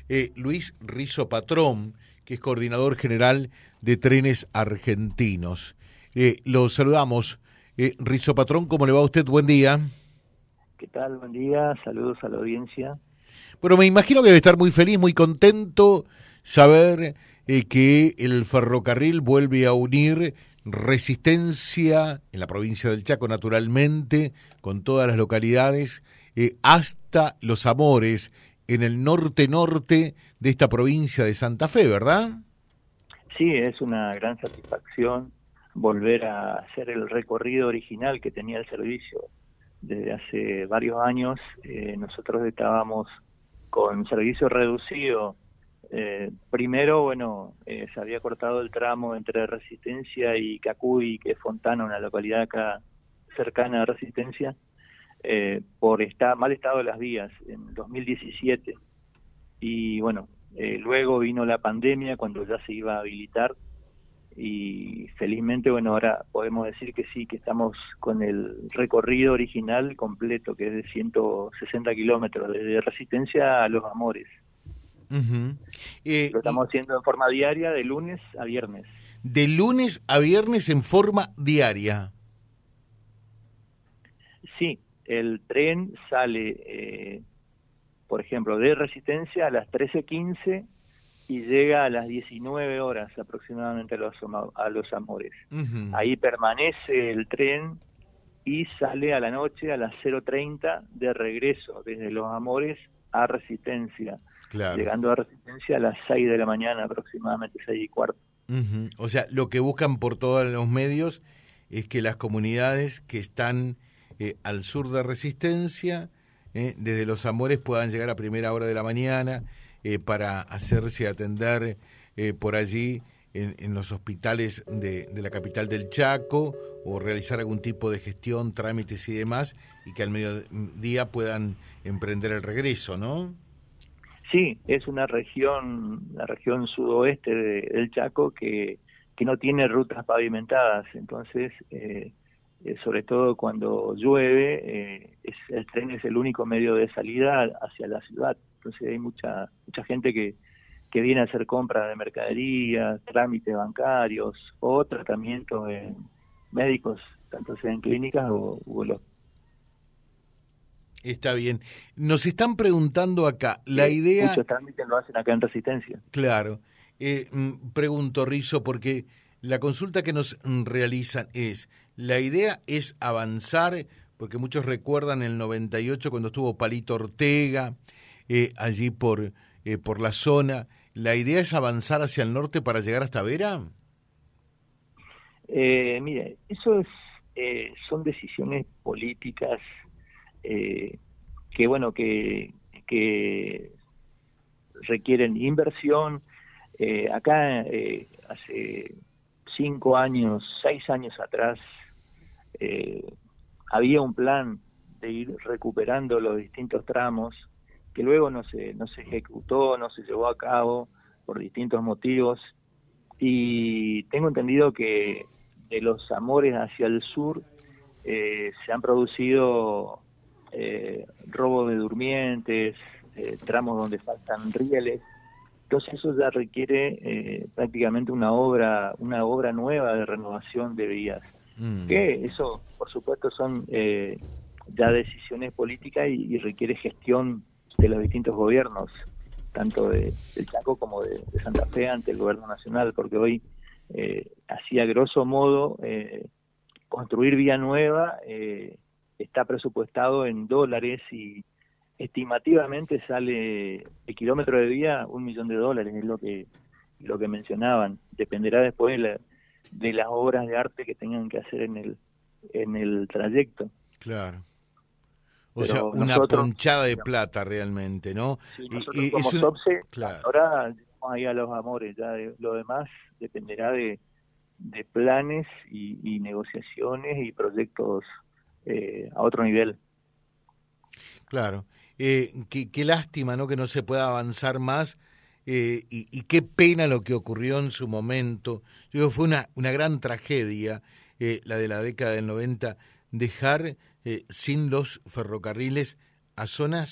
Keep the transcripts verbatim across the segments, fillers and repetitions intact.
eh, Luis Rizo Patrón, que es coordinador general de Trenes Argentinos. Eh, lo saludamos. Eh, Rizo Patrón, ¿cómo le va a usted? Buen día. ¿Qué tal? Buen día, saludos a la audiencia. Bueno, me imagino que debe estar muy feliz, muy contento saber eh, que el ferrocarril vuelve a unir Resistencia, en la provincia del Chaco naturalmente, con todas las localidades, eh, hasta Los Amores, en el norte-norte de esta provincia de Santa Fe, ¿verdad? Sí, es una gran satisfacción volver a hacer el recorrido original que tenía el servicio. Desde hace varios años eh, nosotros estábamos con servicio reducido. Eh, primero, bueno, eh, se había cortado el tramo entre Resistencia y Cacuy, que es Fontana, una localidad acá cercana a Resistencia, eh, por esta, mal estado de las vías en dos mil diecisiete. Y bueno, eh, luego vino la pandemia cuando ya se iba a habilitar y felizmente, bueno, ahora podemos decir que sí, que estamos con el recorrido original completo, que es de ciento sesenta kilómetros, desde Resistencia a Los Amores. Uh-huh. eh, Lo estamos haciendo en forma diaria de lunes a viernes. De lunes a viernes en forma diaria. Sí, el tren sale, eh, por ejemplo, de Resistencia a las trece quince y llega a las diecinueve horas aproximadamente a los, a los Amores. Uh-huh. Ahí permanece el tren y sale a la noche a las cero treinta de regreso desde Los Amores a Resistencia. Claro. Llegando a Resistencia a las seis de la mañana aproximadamente, seis y cuarto. Uh-huh. O sea, lo que buscan por todos los medios es que las comunidades que están eh, al sur de Resistencia, eh, desde Los Amores, puedan llegar a primera hora de la mañana eh, para hacerse atender eh, por allí en, en los hospitales de, de la capital del Chaco, o realizar algún tipo de gestión, trámites y demás, y que al mediodía puedan emprender el regreso, ¿no? Sí, es una región, la región sudoeste de, del Chaco que, que no tiene rutas pavimentadas, entonces, eh, eh, sobre todo cuando llueve, eh, es, el tren es el único medio de salida hacia la ciudad, entonces hay mucha mucha gente que, que viene a hacer compras de mercadería, trámites bancarios o tratamientos en médicos, tanto sea en clínicas o, o en los. Está bien. Nos están preguntando acá, la sí, idea... Muchos trámites lo hacen acá en Resistencia. Claro. Eh, pregunto, Rizo, porque la consulta que nos realizan es, la idea es avanzar, porque muchos recuerdan el noventa y ocho cuando estuvo Palito Ortega, eh, allí por, eh, por la zona. ¿La idea es avanzar hacia el norte para llegar hasta Vera? Eh, mire, eso es, eh, son decisiones políticas Eh, que bueno que, que requieren inversión. Eh, acá eh, hace cinco años, seis años atrás eh, había un plan de ir recuperando los distintos tramos que luego no se no se ejecutó, no se llevó a cabo por distintos motivos, y tengo entendido que de Los Amores hacia el sur eh, se han producido Eh, robo de durmientes, eh, tramos donde faltan rieles, entonces eso ya requiere eh, prácticamente una obra una obra nueva de renovación de vías, mm. que eso por supuesto son eh, ya decisiones políticas y, y requiere gestión de los distintos gobiernos, tanto de, del Chaco como de, de Santa Fe ante el gobierno nacional, porque hoy eh, así a grosso modo eh, construir vía nueva eh, está presupuestado en dólares y estimativamente sale el kilómetro de vía un millón de dólares, es lo que lo que mencionaban. Dependerá después de, la, de las obras de arte que tengan que hacer en el en el trayecto. Claro. O Pero sea, una nosotros, ponchada de plata realmente, ¿no? Sí, nosotros y, y, como una... SOPSE, claro. ahora llegamos ahí a Los Amores, ya de, lo demás dependerá de, de planes y, y negociaciones y proyectos Eh, a otro nivel. Claro, eh, qué, qué lástima, ¿no?, que no se pueda avanzar más, eh, y, y qué pena lo que ocurrió en su momento. Yo digo, fue una, una gran tragedia, eh, la de la década del noventa, dejar eh, sin los ferrocarriles a zonas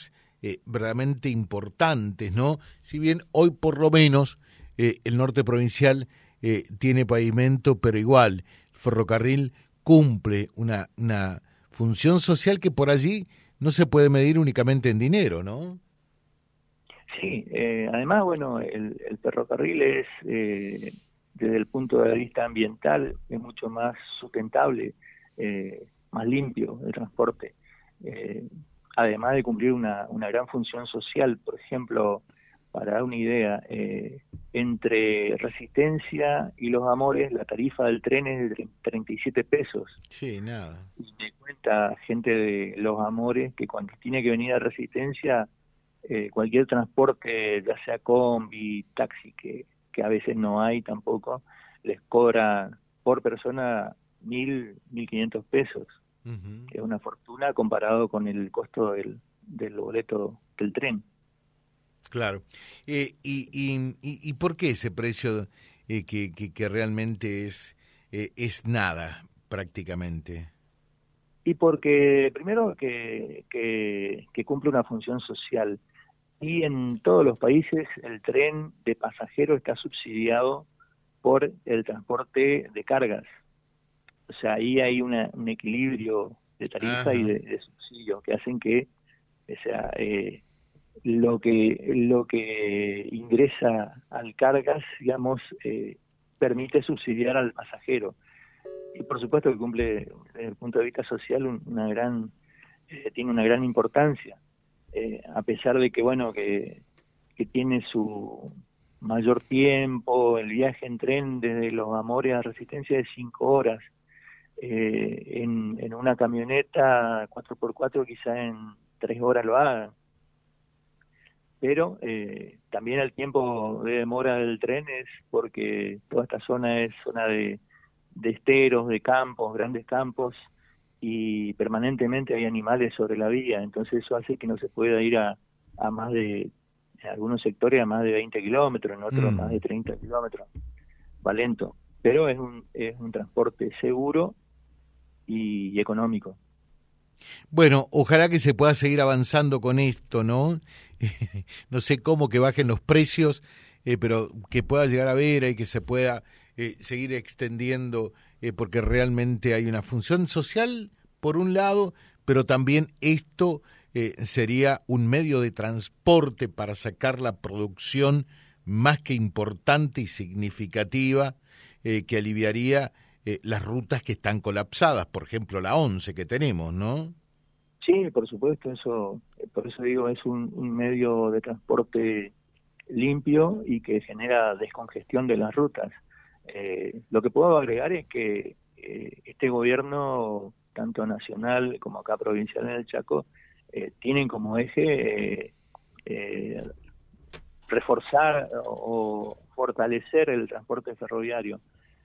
eh, verdaderamente importantes, ¿no? Si bien hoy por lo menos eh, el norte provincial eh, tiene pavimento, pero igual el ferrocarril cumple una, una función social que por allí no se puede medir únicamente en dinero, ¿no? Sí, eh, además, bueno, el, el ferrocarril es, eh, desde el punto de vista ambiental, es mucho más sustentable, eh, más limpio el transporte, eh, además de cumplir una, una gran función social. Por ejemplo, para dar una idea, eh, entre Resistencia y Los Amores, la tarifa del tren es de treinta y siete pesos. Sí, nada. Y me cuenta gente de Los Amores que cuando tiene que venir a Resistencia, eh, cualquier transporte, ya sea combi, taxi, que, que a veces no hay tampoco, les cobra por persona mil, mil quinientos pesos, uh-huh. que es una fortuna comparado con el costo del, del boleto del tren. Claro. Eh, y, y, y por qué ese precio eh, que, que, que realmente es, eh, es nada prácticamente? Y porque primero que, que, que cumple una función social. Y en todos los países el tren de pasajeros está subsidiado por el transporte de cargas. O sea, ahí hay una, un equilibrio de tarifa Ajá. y de, de subsidio que hacen que, o sea, eh, lo que lo que ingresa al cargas, digamos, eh, permite subsidiar al pasajero. Y por supuesto que cumple, desde el punto de vista social, una gran eh, tiene una gran importancia. Eh, a pesar de que, bueno, que, que tiene su mayor tiempo, el viaje en tren desde Los Amores a Resistencia de cinco horas, eh, en, en una camioneta cuatro por cuatro quizá en tres horas lo hagan. Pero eh, también el tiempo de demora del tren es porque toda esta zona es zona de, de esteros, de campos, grandes campos, y permanentemente hay animales sobre la vía, entonces eso hace que no se pueda ir a, a más de, en algunos sectores a más de veinte kilómetros, en otros mm. más de treinta kilómetros, va lento, pero es un, es un transporte seguro y, y económico. Bueno, ojalá que se pueda seguir avanzando con esto, ¿no? No sé cómo que bajen los precios, eh, pero que pueda llegar a ver y que se pueda eh, seguir extendiendo, eh, porque realmente hay una función social, por un lado, pero también esto eh, sería un medio de transporte para sacar la producción más que importante y significativa, eh, que aliviaría Eh, las rutas que están colapsadas, por ejemplo la once que tenemos, ¿no? Sí, por supuesto, eso, por eso digo, es un, un medio de transporte limpio y que genera descongestión de las rutas. Eh, lo que puedo agregar es que eh, este gobierno, tanto nacional como acá provincial en el Chaco, eh, tienen como eje eh, eh, reforzar o fortalecer el transporte ferroviario.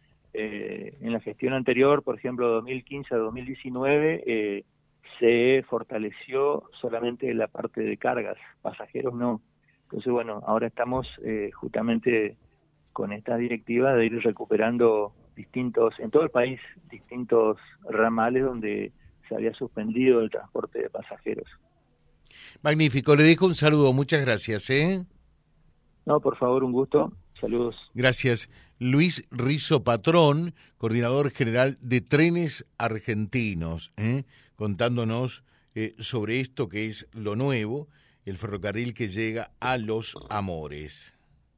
Eh, en la gestión anterior, por ejemplo, dos mil quince a dos mil diecinueve, eh, se fortaleció solamente la parte de cargas, pasajeros no. Entonces, bueno, ahora estamos eh, justamente con esta directiva de ir recuperando distintos, en todo el país, distintos ramales donde se había suspendido el transporte de pasajeros. Magnífico, le dejo un saludo, muchas gracias, ¿eh? No, por favor, un gusto. Saludos. Gracias. Luis Rizo Patrón, coordinador general de Trenes Argentinos, ¿eh? contándonos eh, sobre esto que es lo nuevo, el ferrocarril que llega a Los Amores.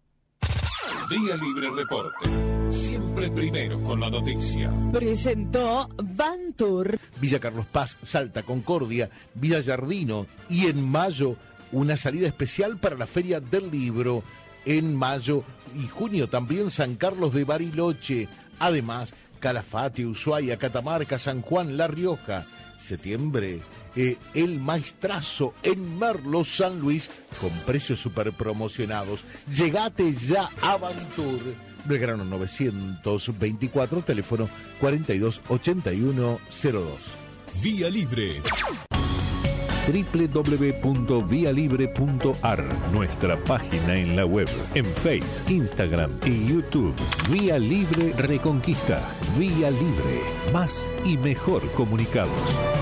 Vía Libre Reporte, siempre primero con la noticia. Presentó Bantur. Villa Carlos Paz, Salta, Concordia, Villa Giardino y en mayo una salida especial para la Feria del Libro. En mayo y junio también San Carlos de Bariloche, además Calafate, Ushuaia, Catamarca, San Juan, La Rioja. Septiembre, eh, el Maestrazo en Merlo, San Luis, con precios super promocionados. Llegate ya a Bantur. Belgrano novecientos veinticuatro, teléfono cuarenta y dos ochenta y uno cero dos. Vía Libre. doble u doble u doble u punto vía libre punto a r, nuestra página en la web, en Face, Instagram y YouTube. Vía Libre Reconquista. Vía Libre. Más y mejor comunicados.